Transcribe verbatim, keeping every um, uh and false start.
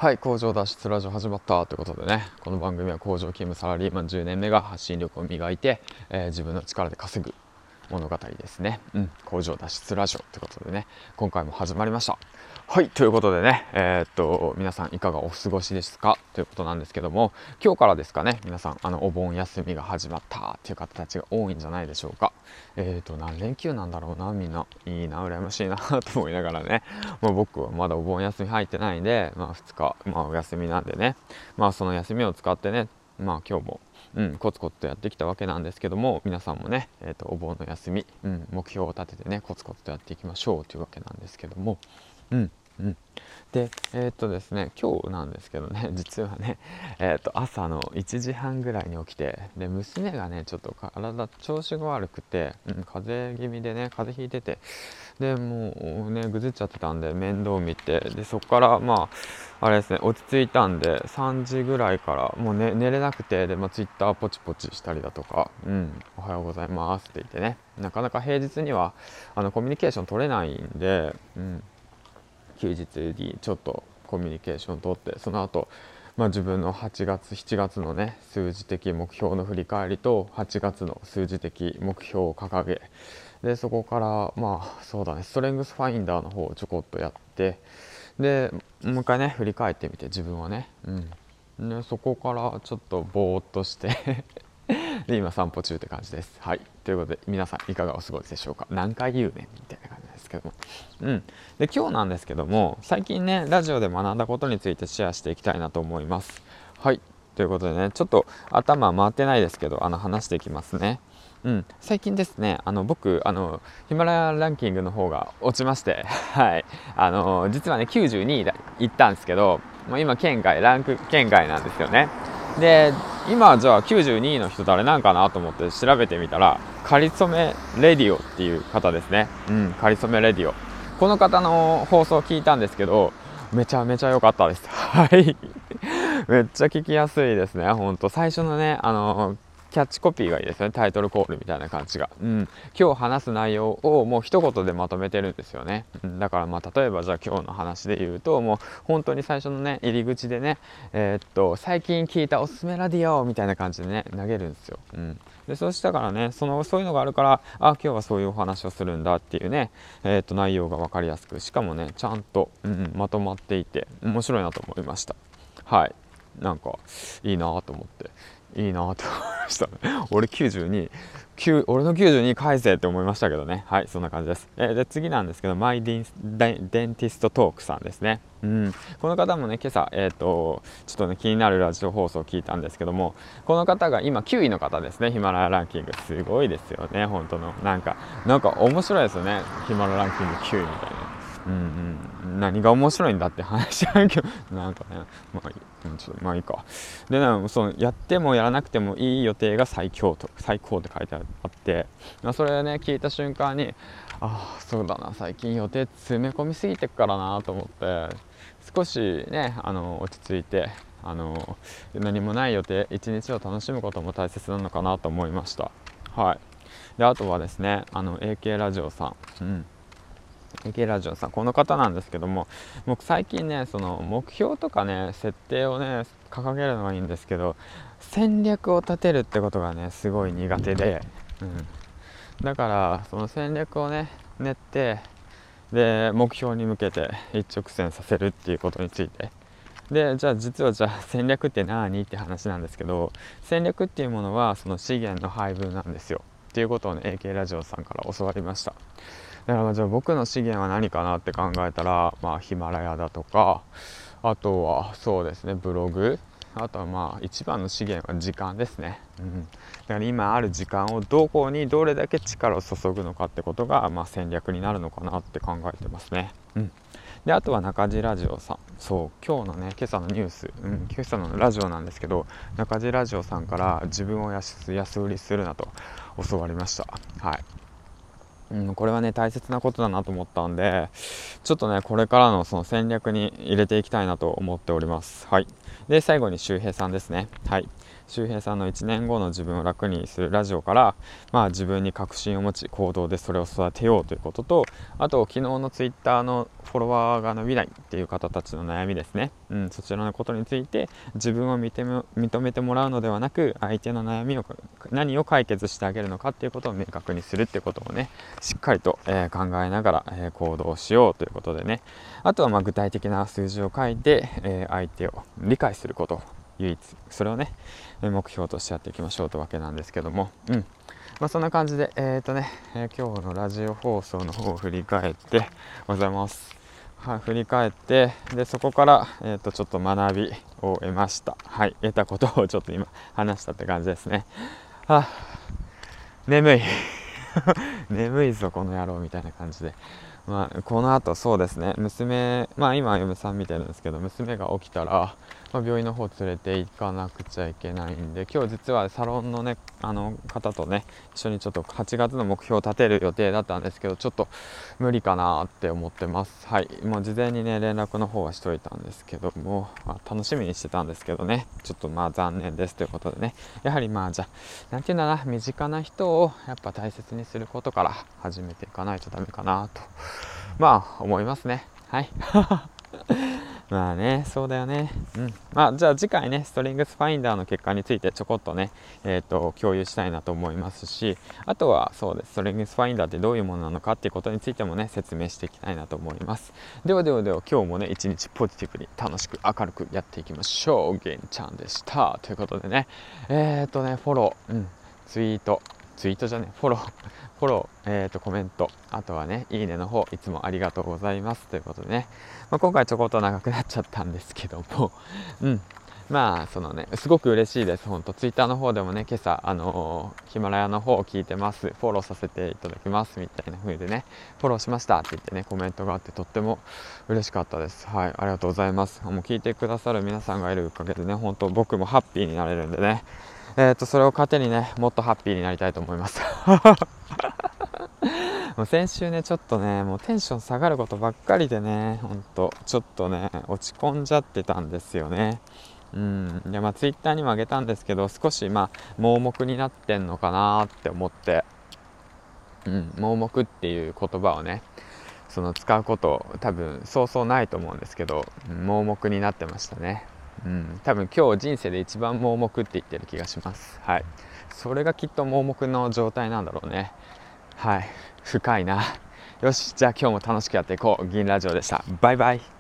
はい、工場脱出ラジオ始まったということでね、この番組は工場勤務サラリーマンじゅうねんめが発信力を磨いて、えー自分の力で稼ぐ物語ですね。うん、工場脱出ラジオということでね、今回も始まりました。はい、ということでね、えーっと皆さんいかがお過ごしですかということなんですけども、今日からですかね、皆さんあのお盆休みが始まったっていう方たちが多いんじゃないでしょうか。えーっと何連休なんだろうな、みんないいな、羨ましいなと思いながらね、もう僕はまだお盆休み入ってないんで、まあ、ふつか、まあ、お休みなんでね、まあその休みを使ってね、まあ今日もうん、コツコツとやってきたわけなんですけども、皆さんもね、えーとお盆の休み、うん、目標を立ててねコツコツとやっていきましょうというわけなんですけども、うんうん、でえっ、とですね今日なんですけどね、実はね、えー、と朝のいちじはんぐらいに起きて、で娘がねちょっと体調子が悪くて、うん、風邪気味でね風邪ひいてて、でもうねぐずっちゃってたんで面倒見て、でそこからまああれですね落ち着いたんでさんじぐらいからもう、ね、寝れなくて、で、まあ、ツイッターポチポチしたりだとか、うん、おはようございますって言ってね、なかなか平日にはあのコミュニケーション取れないんで、うん、休日にちょっとコミュニケーション取って、その後まあ自分のはちがつしちがつのね数字的目標の振り返りとはちがつの数字的目標を掲げ、でそこからまあそうだねストレングスファインダーの方をちょこっとやって、でもう一回ね振り返ってみて自分はね、うん、でそこからちょっとぼーっとしてで今散歩中って感じです。はい、ということで皆さんいかがお過ごしでしょうか。何回言うねんみたいな感じですけども、うんで今日なんですけども、最近ねラジオで学んだことについてシェアしていきたいなと思います。はい、ということでね、ちょっと頭回ってないですけど、あの話していきますね。うん、最近ですね、あの僕あのヒマラヤランキングの方が落ちましてはい、あの実はねきゅうじゅうにいだ行ったんですけど、もう今県外ランク県外なんですよね。で今じゃあきゅうじゅうにいの人誰なんかなと思って調べてみたら、かりそめレディオっていう方ですね。うん、かりそめレディオ、この方の放送を聞いたんですけど、めちゃめちゃ良かったです。はいめっちゃ聞きやすいですね。ほんと最初のねあのキャッチコピーがいいですね。タイトルコールみたいな感じが、うん、今日話す内容をもう一言でまとめてるんですよね。うん、だからまあ例えばじゃあ今日の話で言うと、もう本当に最初のね入り口でね、えーっと最近聞いたおすすめラディオみたいな感じでね投げるんですよ。うん、でそうしたからね、そのそういうのがあるから、あ今日はそういうお話をするんだっていうね、えーっと内容が分かりやすく、しかもねちゃんと、うん、まとまっていて面白いなと思いました。はい、なんかいいなと思っていいなと思いました俺きゅうじゅうに、俺のきゅうじゅうに返せって思いましたけどね。はい、そんな感じです。えーで次なんですけど、マイデンデデンティストトークさんですね。うん、この方もね今朝、えー、とちょっとね気になるラジオ放送を聞いたんですけども、この方が今きゅういの方ですね。ヒマラヤランキングすごいですよね。本当のなんかなんか面白いですよね。ヒマラヤランキングきゅういみたいな。うんうん、何が面白いんだって話なんけどなんかね、まあいい、ちょっとまあいいか。でね、そのやってもやらなくてもいい予定が最強と最高って書いてあって、まあ、それね聞いた瞬間に、ああそうだな、最近予定詰め込みすぎてっからなと思って、少しねあの落ち着いて、あの何もない予定一日を楽しむことも大切なのかなと思いました。はい、であとはですね、あの エーケー ラジオさん、うんエーケー ラジオさん、この方なんですけども、僕最近ねその目標とかね設定をね掲げるのはいいんですけど、戦略を立てるってことがねすごい苦手で、うん、だからその戦略をね練って、で目標に向けて一直線させるっていうことについて、でじゃあ実はじゃあ戦略って何って話なんですけど、戦略っていうものはその資源の配分なんですよっていうことをね エーケー ラジオさんから教わりました。だからじゃあ僕の資源は何かなって考えたら、まあヒマラヤだとか、あとはそうですねブログ、あとはまあ一番の資源は時間ですね。うん、だから今ある時間をどこにどれだけ力を注ぐのかってことが、まあ、戦略になるのかなって考えてますね。うん、であとは中地ラジオさん、そう今日のね今朝のニュース、うん、今朝のラジオなんですけど、中地ラジオさんから自分を安安売りするなと教わりました。はい、うん、これはね大切なことだなと思ったんで、ちょっとねこれからのその戦略に入れていきたいなと思っております。はい、で最後に周平さんですね。はい、 周平さんのいちねんごの自分を楽にするラジオから、まあ、自分に確信を持ち行動でそれを育てようということと、あと昨日のツイッターのフォロワーが伸びないっていう方たちの悩みですね、うん、そちらのことについて自分を認め、認めてもらうのではなく、相手の悩みを何を解決してあげるのかっていうことを明確にするっていうことをね、しっかりと、えー、考えながら、えー、行動しようということでね、あとはまあ具体的な数字を書いて、えー、相手を理解すること、唯一それをね目標としてやっていきましょうというわけなんですけども、うん、まあ、そんな感じでえっ、ー、とね、えー、今日のラジオ放送の方を振り返って、おはようございます。はい、振り返って、でそこから、えー、とちょっと学びを得ました。はい、得たことをちょっと今話したって感じですね。はあ、眠い眠いぞこの野郎みたいな感じで、まあ、この後そうですね、娘、まあ今嫁さん見てるんですけど、娘が起きたら、まあ、病院の方連れて行かなくちゃいけないんで、今日実はサロンのねあの方とね一緒にちょっとはちがつの目標を立てる予定だったんですけど、ちょっと無理かなって思ってます。はい、もう事前にね連絡の方はしといたんですけども、まあ、楽しみにしてたんですけどね、ちょっとまあ残念ですということでね、やはりまあじゃあなんていうんだな、身近な人をやっぱ大切にすることから始めていかないとダメかなとまあ思いますね。はいまあね、そうだよね。うん。まあじゃあ次回ね、ストリングスファインダーの結果についてちょこっとね、えっと共有したいなと思いますし、あとはそうです、ストリングスファインダーってどういうものなのかっていうことについてもね、説明していきたいなと思います。ではではでは、今日もね、一日ポジティブに楽しく明るくやっていきましょう。げんちゃんでした。ということでね、えっとね、フォロー、うん、ツイート、ツイートじゃねフォローフォロー、えーとコメント、あとはねいいねの方いつもありがとうございますということでね、まあ、今回ちょこっと長くなっちゃったんですけどもうんまあそのねすごく嬉しいです。本当ツイッターの方でもね、今朝あのー、ヒマラヤの方を聞いてます、フォローさせていただきますみたいな風でね、フォローしましたって言ってねコメントがあって、とっても嬉しかったです。はい、ありがとうございます。もう聞いてくださる皆さんがいるおかげでね、本当僕もハッピーになれるんでね、えーとそれを糧にねもっとハッピーになりたいと思いますもう先週ねちょっとねもうテンション下がることばっかりでね、ほんとちょっとね落ち込んじゃってたんですよね。うんでまあツイッターにもあげたんですけど、少しまあ盲目になってんのかなって思って、うん、盲目っていう言葉をねその使うこと多分そうそうないと思うんですけど、盲目になってましたね。うん、多分今日人生で一番盲目って言ってる気がします。はい、それがきっと盲目の状態なんだろうね。はい、深いな。よし、じゃあ今日も楽しくやっていこう。銀ラジオでした。バイバイ。